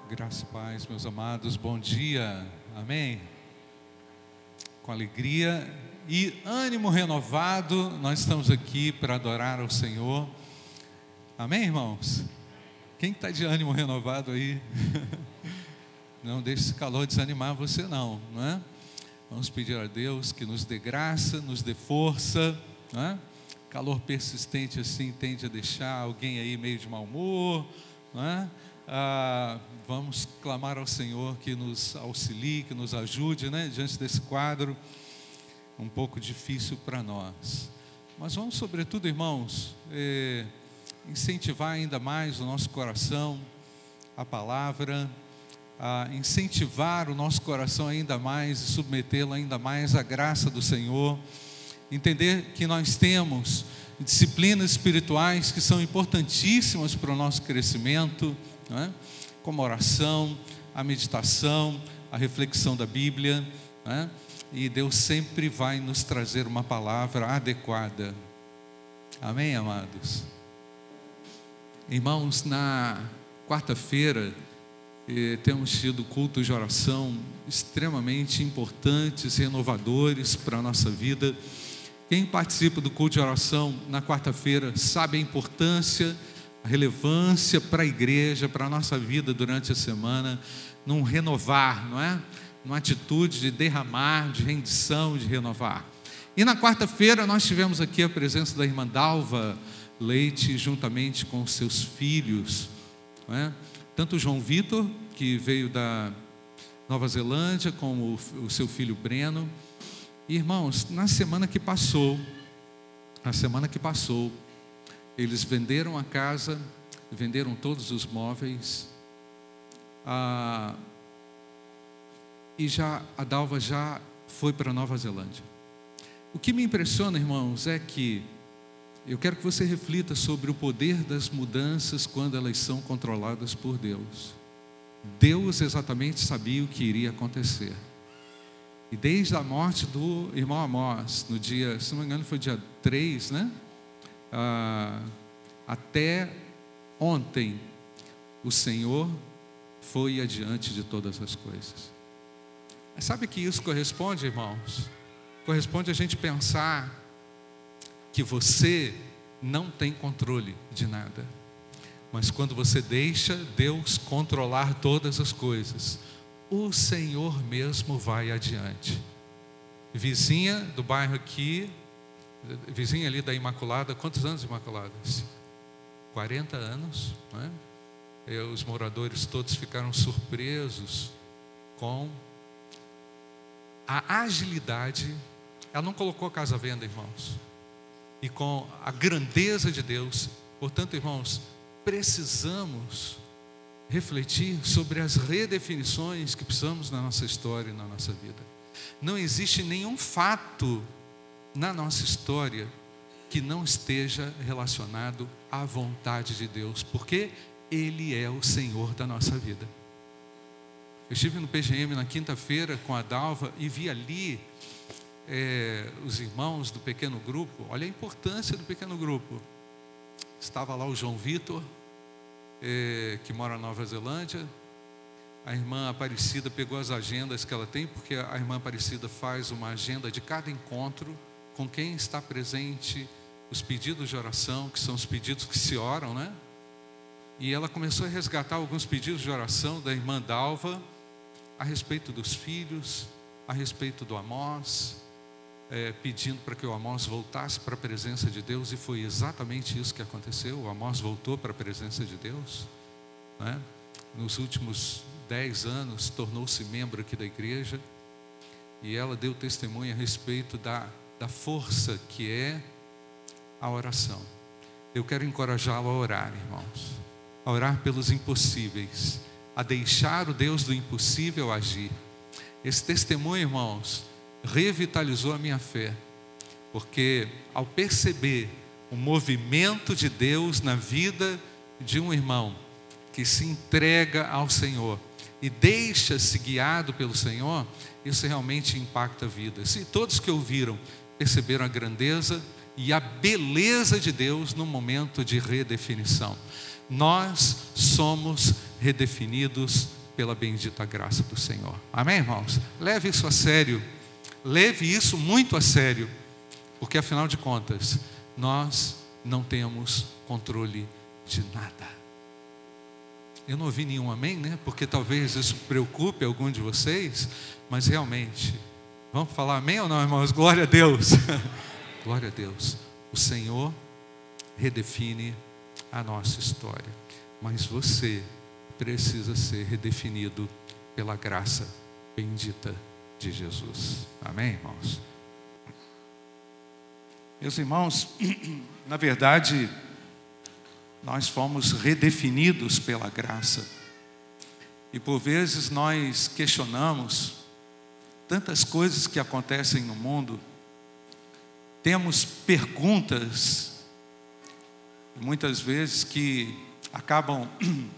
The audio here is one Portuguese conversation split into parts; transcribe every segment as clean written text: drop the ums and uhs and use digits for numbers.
Graça e paz, meus amados, bom dia, amém? Com alegria e ânimo renovado, nós estamos aqui para adorar ao Senhor, amém, irmãos? Quem está de ânimo renovado aí? Não deixe esse calor desanimar você não é? Vamos pedir a Deus que nos dê graça, nos dê força, não é? Calor persistente assim tende a deixar alguém aí meio de mau humor, não é? Vamos clamar ao Senhor que nos auxilie, que nos ajude, né? Diante desse quadro um pouco difícil para nós. Mas vamos, sobretudo, irmãos, incentivar ainda mais o nosso coração, a palavra, incentivar o nosso coração ainda mais e submetê-lo ainda mais à graça do Senhor. Entender que nós temos disciplinas espirituais que são importantíssimas para o nosso crescimento, não é? Como a oração, a meditação, a reflexão da Bíblia, não é? E Deus sempre vai nos trazer uma palavra adequada. Amém, amados? Irmãos, na quarta-feira temos tido cultos de oração extremamente importantes, renovadores para a nossa vida. Quem participa do culto de oração na quarta-feira sabe a importância, a relevância para a igreja, para a nossa vida durante a semana, num renovar, não é? Numa atitude de derramar, de rendição, de renovar. E na quarta-feira nós tivemos aqui a presença da irmã Dalva Leite, juntamente com seus filhos, não é? Tanto o João Vitor, que veio da Nova Zelândia, como o seu filho Breno. Irmãos, na semana que passou, eles venderam a casa, venderam todos os móveis, e a Dalva já foi para a Nova Zelândia. O que me impressiona, irmãos, é que eu quero que você reflita sobre o poder das mudanças quando elas são controladas por Deus. Deus exatamente sabia o que iria acontecer. E desde a morte do irmão Amós, no dia, se não me engano foi dia 3, né? Até ontem, o Senhor foi adiante de todas as coisas. Mas sabe que isso corresponde, irmãos? Corresponde a gente pensar que você não tem controle de nada. Mas quando você deixa Deus controlar todas as coisas, o Senhor mesmo vai adiante. Vizinha do bairro aqui, vizinha ali da Imaculada, quantos anos de Imaculada? 40 anos, não é? Os moradores todos ficaram surpresos com a agilidade. Ela não colocou a casa à venda, irmãos, e com a grandeza de Deus. Portanto, irmãos, precisamos refletir sobre as redefinições que precisamos na nossa história e na nossa vida. Não existe nenhum fato na nossa história que não esteja relacionado à vontade de Deus, porque Ele é o Senhor da nossa vida. Eu estive no PGM na quinta-feira com a Dalva e vi ali os irmãos do pequeno grupo. Olha a importância do pequeno grupo. Estava lá o João Vitor, que mora na Nova Zelândia. A irmã Aparecida pegou as agendas que ela tem, porque a irmã Aparecida faz uma agenda de cada encontro, com quem está presente, os pedidos de oração, que são os pedidos que se oram, né? E ela começou a resgatar alguns pedidos de oração da irmã Dalva, a respeito dos filhos, a respeito do Amós, pedindo para que o Amós voltasse para a presença de Deus, e foi exatamente isso que aconteceu. O Amós voltou para a presença de Deus, né? Nos últimos 10 anos tornou-se membro aqui da igreja, e ela deu testemunho a respeito da força que é a oração. Eu quero encorajá-lo a orar, irmãos, a orar pelos impossíveis, a deixar o Deus do impossível agir. Esse testemunho, irmãos, revitalizou a minha fé, porque ao perceber o movimento de Deus na vida de um irmão que se entrega ao Senhor e deixa-se guiado pelo Senhor, isso realmente impacta vidas. E todos que ouviram perceberam a grandeza e a beleza de Deus no momento de redefinição. Nós somos redefinidos pela bendita graça do Senhor. Amém, irmãos? Leve isso a sério, leve isso muito a sério, porque afinal de contas, nós não temos controle de nada. Eu não ouvi nenhum amém, né? Porque talvez isso preocupe algum de vocês, mas realmente, vamos falar amém ou não, irmãos? Glória a Deus. Glória a Deus. O Senhor redefine a nossa história, mas você precisa ser redefinido pela graça bendita de Jesus. Amém, irmãos? Meus irmãos, na verdade, nós fomos redefinidos pela graça. E por vezes nós questionamos tantas coisas que acontecem no mundo, temos perguntas, muitas vezes que acabam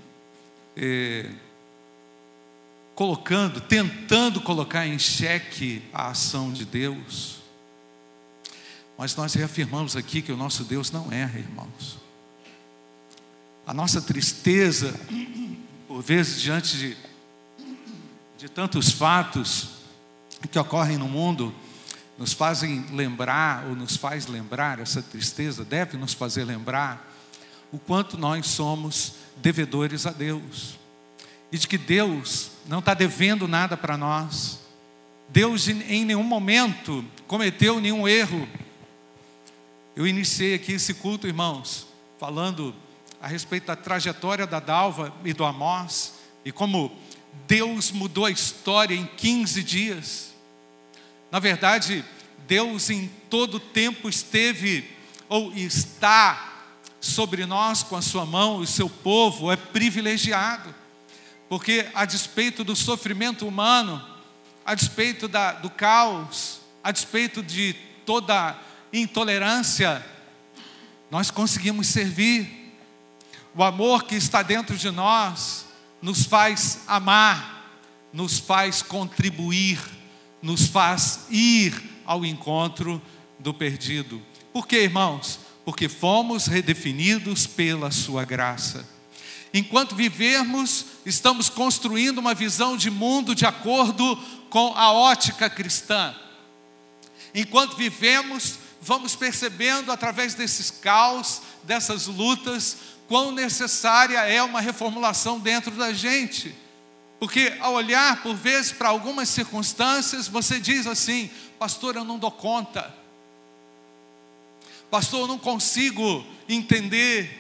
tentando colocar em xeque a ação de Deus. Mas nós reafirmamos aqui que o nosso Deus não erra, irmãos. A nossa tristeza, por vezes, diante de tantos fatos que ocorrem no mundo, nos fazem lembrar, ou nos faz lembrar, essa tristeza deve nos fazer lembrar o quanto nós somos devedores a Deus. E de que Deus não está devendo nada para nós. Deus em nenhum momento cometeu nenhum erro. Eu iniciei aqui esse culto, irmãos, falando a respeito da trajetória da Dalva e do Amós, e como Deus mudou a história em 15 dias. Na verdade, Deus em todo tempo esteve, ou está, sobre nós com a sua mão. O seu povo é privilegiado, porque a despeito do sofrimento humano, a despeito do caos, a despeito de toda intolerância, nós conseguimos servir. O amor que está dentro de nós nos faz amar, nos faz contribuir, nos faz ir ao encontro do perdido. Por quê, irmãos? Porque fomos redefinidos pela sua graça. Enquanto vivermos, estamos construindo uma visão de mundo de acordo com a ótica cristã. Enquanto vivemos, vamos percebendo através desses caos, dessas lutas, quão necessária é uma reformulação dentro da gente. Porque ao olhar por vezes para algumas circunstâncias, você diz assim: pastor, eu não dou conta. Pastor, eu não consigo entender.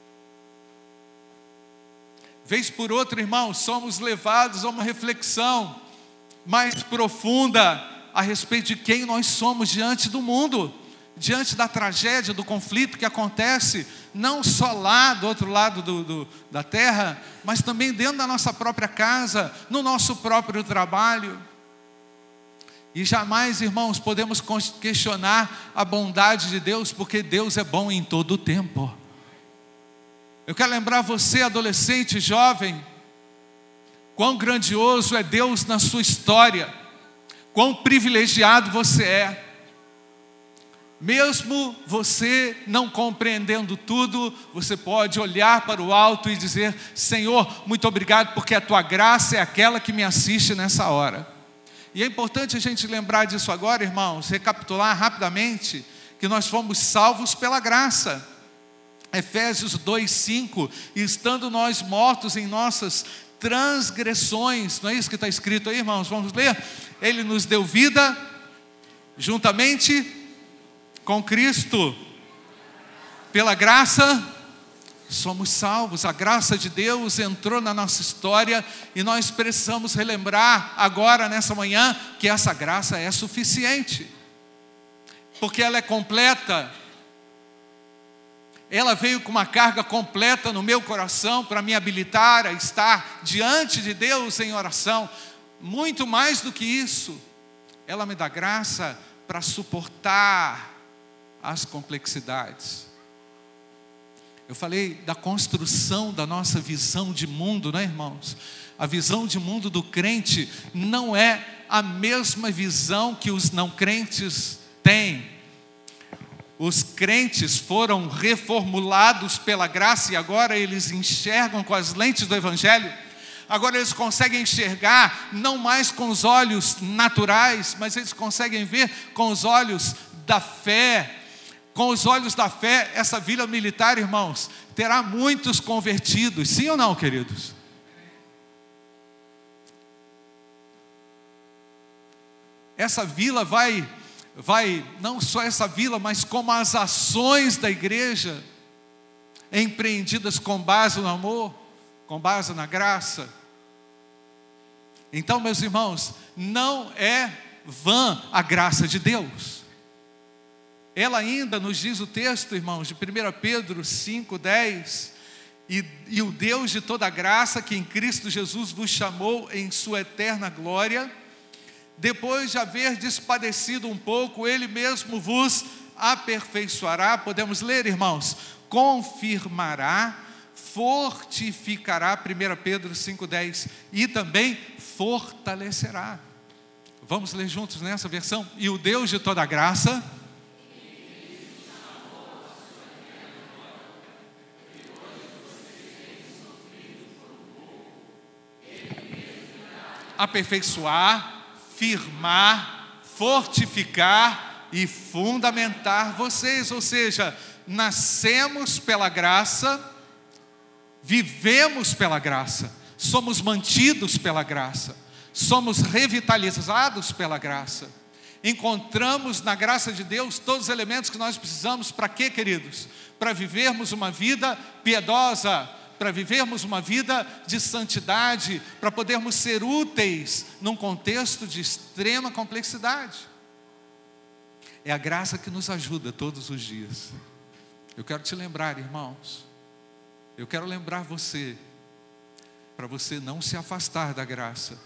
Vez por outra, irmãos, somos levados a uma reflexão mais profunda a respeito de quem nós somos diante do mundo, diante da tragédia, do conflito que acontece, não só lá do outro lado da terra, mas também dentro da nossa própria casa, no nosso próprio trabalho. E jamais, irmãos, podemos questionar a bondade de Deus, porque Deus é bom em todo o tempo. Eu quero lembrar você, adolescente, jovem, quão grandioso é Deus na sua história, quão privilegiado você é. Mesmo você não compreendendo tudo, você pode olhar para o alto e dizer: Senhor, muito obrigado, porque a tua graça é aquela que me assiste nessa hora. E é importante a gente lembrar disso agora, irmãos, recapitular rapidamente que nós fomos salvos pela graça. Efésios 2:5, estando nós mortos em nossas transgressões, não é isso que está escrito aí, irmãos? Vamos ler? Ele nos deu vida juntamente com Cristo, pela graça somos salvos. A graça de Deus entrou na nossa história e nós precisamos relembrar agora, nessa manhã, que essa graça é suficiente, porque ela é completa. Ela veio com uma carga completa no meu coração para me habilitar a estar diante de Deus em oração. Muito mais do que isso, ela me dá graça para suportar as complexidades. Eu falei da construção da nossa visão de mundo, né, irmãos? A visão de mundo do crente não é a mesma visão que os não crentes têm. Os crentes foram reformulados pela graça e agora eles enxergam com as lentes do Evangelho Agora eles conseguem enxergar não mais com os olhos naturais, mas eles conseguem ver com os olhos da fé. Com os olhos da fé, essa vila militar, irmãos, terá muitos convertidos. Sim ou não, queridos? Essa vila vai, não só essa vila, mas como as ações da igreja, empreendidas com base no amor, com base na graça. Então, meus irmãos, não é vã a graça de Deus. Ela ainda nos diz o texto, irmãos, de 1 Pedro 5:10, e o Deus de toda graça, que em Cristo Jesus vos chamou em sua eterna glória, depois de haver despadecido um pouco, Ele mesmo vos aperfeiçoará. Podemos ler, irmãos? Confirmará, fortificará, 1 Pedro 5:10, e também fortalecerá. Vamos ler juntos nessa versão? E o Deus de toda graça, aperfeiçoar, firmar, fortificar e fundamentar vocês. Ou seja, nascemos pela graça, vivemos pela graça, somos mantidos pela graça, somos revitalizados pela graça. Encontramos na graça de Deus todos os elementos que nós precisamos. Para quê, queridos? Para vivermos uma vida piedosa, para vivermos uma vida de santidade, para podermos ser úteis num contexto de extrema complexidade. É a graça que nos ajuda todos os dias. Eu quero te lembrar, irmãos, eu quero lembrar você, para você não se afastar da graça.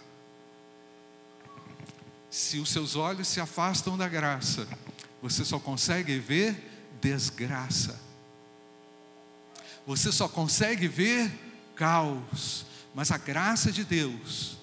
Se os seus olhos se afastam da graça, você só consegue ver desgraça. Você só consegue ver caos. Mas a graça de Deus,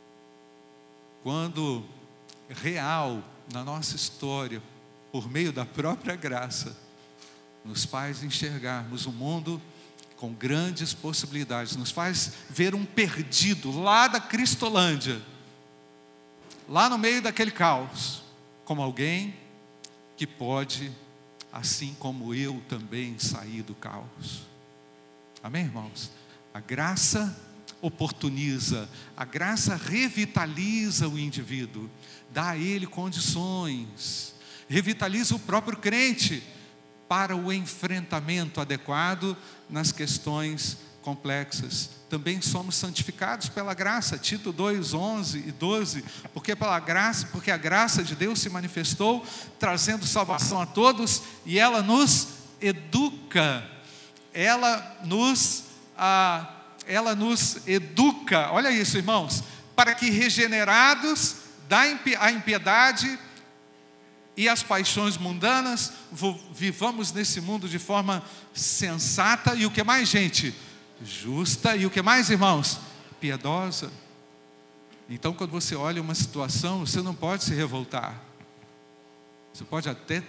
quando real na nossa história, por meio da própria graça, nos faz enxergarmos um mundo com grandes possibilidades, nos faz ver um perdido lá da Cristolândia, lá no meio daquele caos, como alguém que pode, assim como eu também, sair do caos. Amém, irmãos? A graça oportuniza, a graça revitaliza o indivíduo, dá a ele condições, revitaliza o próprio crente para o enfrentamento adequado nas questões complexas. Também somos santificados pela graça, Tito 2:11 e 12, porque a graça de Deus se manifestou, trazendo salvação a todos, e ela nos educa, ela nos educa, olha isso, irmãos, para que regenerados da impiedade e as paixões mundanas, vivamos nesse mundo de forma sensata, e o que mais, gente? Justa, e o que mais, irmãos? Piedosa. Então, quando você olha uma situação, você não pode se revoltar. Você pode até,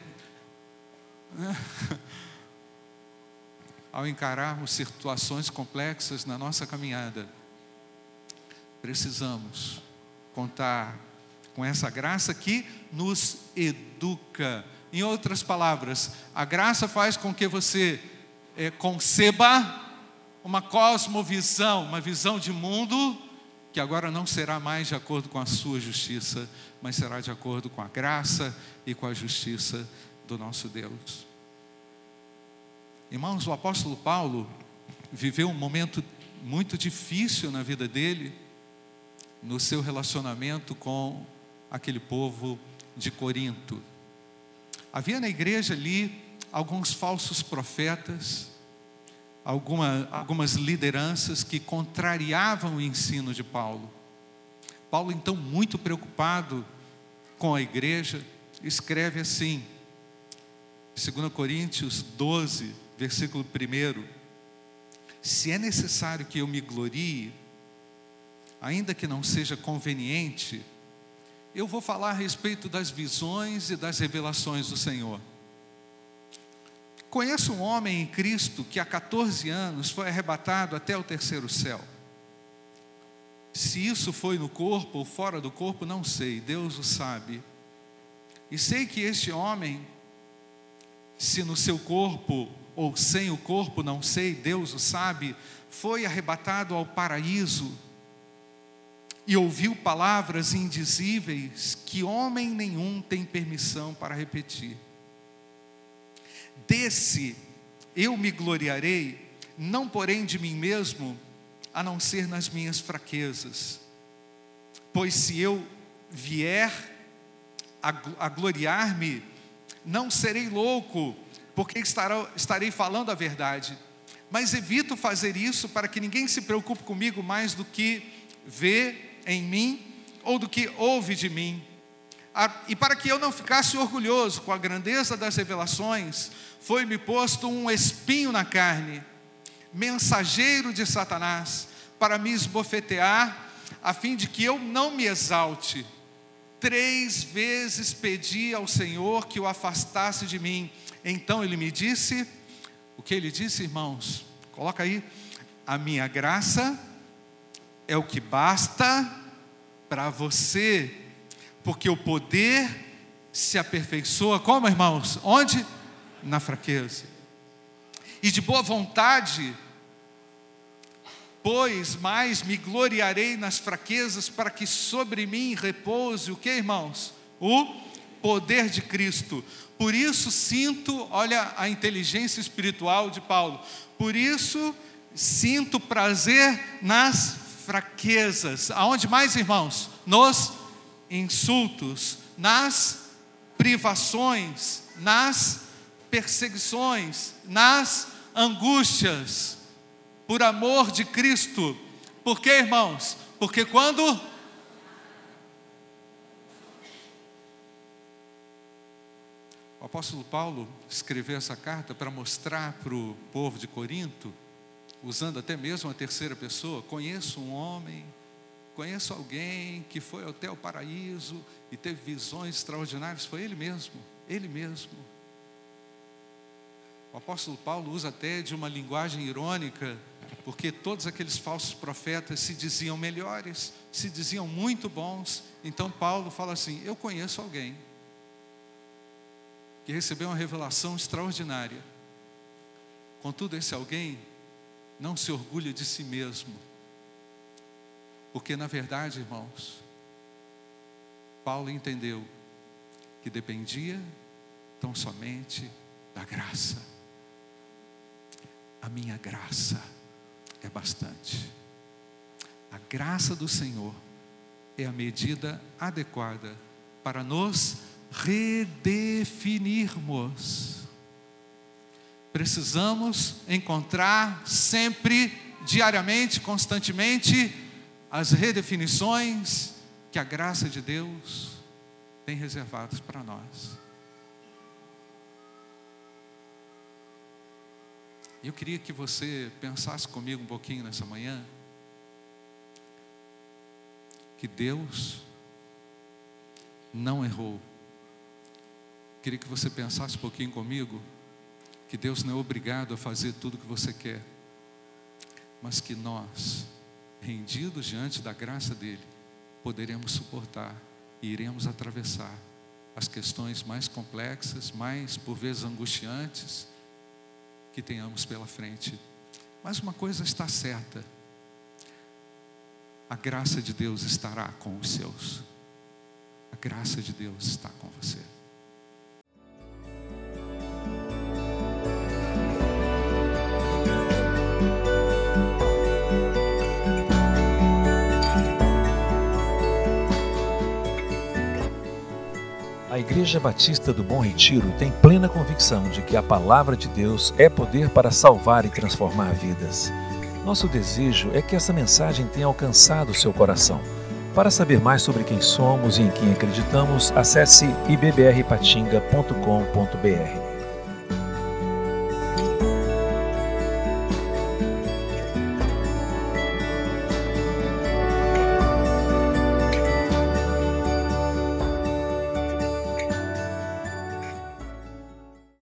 ao encararmos situações complexas na nossa caminhada, precisamos contar com essa graça que nos educa. Em outras palavras, a graça faz com que você conceba uma cosmovisão, uma visão de mundo que agora não será mais de acordo com a sua justiça, mas será de acordo com a graça e com a justiça do nosso Deus. Irmãos, o apóstolo Paulo viveu um momento muito difícil na vida dele, no seu relacionamento com aquele povo de Corinto. Havia na igreja ali alguns falsos profetas, algumas lideranças que contrariavam o ensino de Paulo. Paulo, então, muito preocupado com a igreja, escreve assim, 2 Coríntios 12, versículo 1: se é necessário que eu me glorie, ainda que não seja conveniente, eu vou falar a respeito das visões e das revelações do Senhor. Conheço um homem em Cristo que há 14 anos foi arrebatado até o terceiro céu. Se isso foi no corpo ou fora do corpo, não sei, Deus o sabe. E sei que este homem, se no seu corpo ou sem o corpo, não sei, Deus o sabe, foi arrebatado ao paraíso e ouviu palavras indizíveis que homem nenhum tem permissão para repetir. Desse eu me gloriarei, não porém de mim mesmo, a não ser nas minhas fraquezas. Pois se eu vier a gloriar-me, não serei louco, porque estarei falando a verdade. Mas evito fazer isso para que ninguém se preocupe comigo mais do que vê em mim ou do que ouve de mim. E para que eu não ficasse orgulhoso com a grandeza das revelações, foi-me posto um espinho na carne, mensageiro de Satanás, para me esbofetear, a fim de que eu não me exalte. 3 vezes pedi ao Senhor que o afastasse de mim. Então ele me disse, o que ele disse, irmãos? Coloca aí, a minha graça é o que basta para você, porque o poder se aperfeiçoa, como, irmãos? Onde? Na fraqueza. E de boa vontade, pois mais me gloriarei nas fraquezas, para que sobre mim repouse o que, irmãos? O poder de Cristo. Por isso sinto, olha a inteligência espiritual de Paulo, por isso sinto prazer nas fraquezas. Aonde mais, irmãos? Nos insultos, nas privações, nas perseguições, nas angústias, por amor de Cristo. Por quê, irmãos? Porque quando o apóstolo Paulo escreveu essa carta para mostrar para o povo de Corinto, usando até mesmo a terceira pessoa, conheço um homem, conheço alguém que foi até o paraíso e teve visões extraordinárias. Foi ele mesmo, ele mesmo. O apóstolo Paulo usa até de uma linguagem irônica, porque todos aqueles falsos profetas se diziam melhores, se diziam muito bons. Então Paulo fala assim, eu conheço alguém que recebeu uma revelação extraordinária. Contudo, esse alguém não se orgulha de si mesmo, porque na verdade, irmãos, Paulo entendeu que dependia tão somente da graça. A minha graça é bastante. A graça do Senhor é a medida adequada para nos redefinirmos. Precisamos encontrar sempre, diariamente, constantemente, as redefinições que a graça de Deus tem reservadas para nós. Eu queria que você pensasse comigo um pouquinho nessa manhã, que Deus não errou. Queria que você pensasse um pouquinho comigo, que Deus não é obrigado a fazer tudo o que você quer, mas que nós, rendidos diante da graça dele, poderemos suportar e iremos atravessar as questões mais complexas, mais por vezes angustiantes, que tenhamos pela frente. Mas uma coisa está certa: a graça de Deus estará com os seus. A graça de Deus está com você. A Igreja Batista do Bom Retiro tem plena convicção de que a palavra de Deus é poder para salvar e transformar vidas. Nosso desejo é que essa mensagem tenha alcançado o seu coração. Para saber mais sobre quem somos e em quem acreditamos, acesse ibbrpatinga.com.br.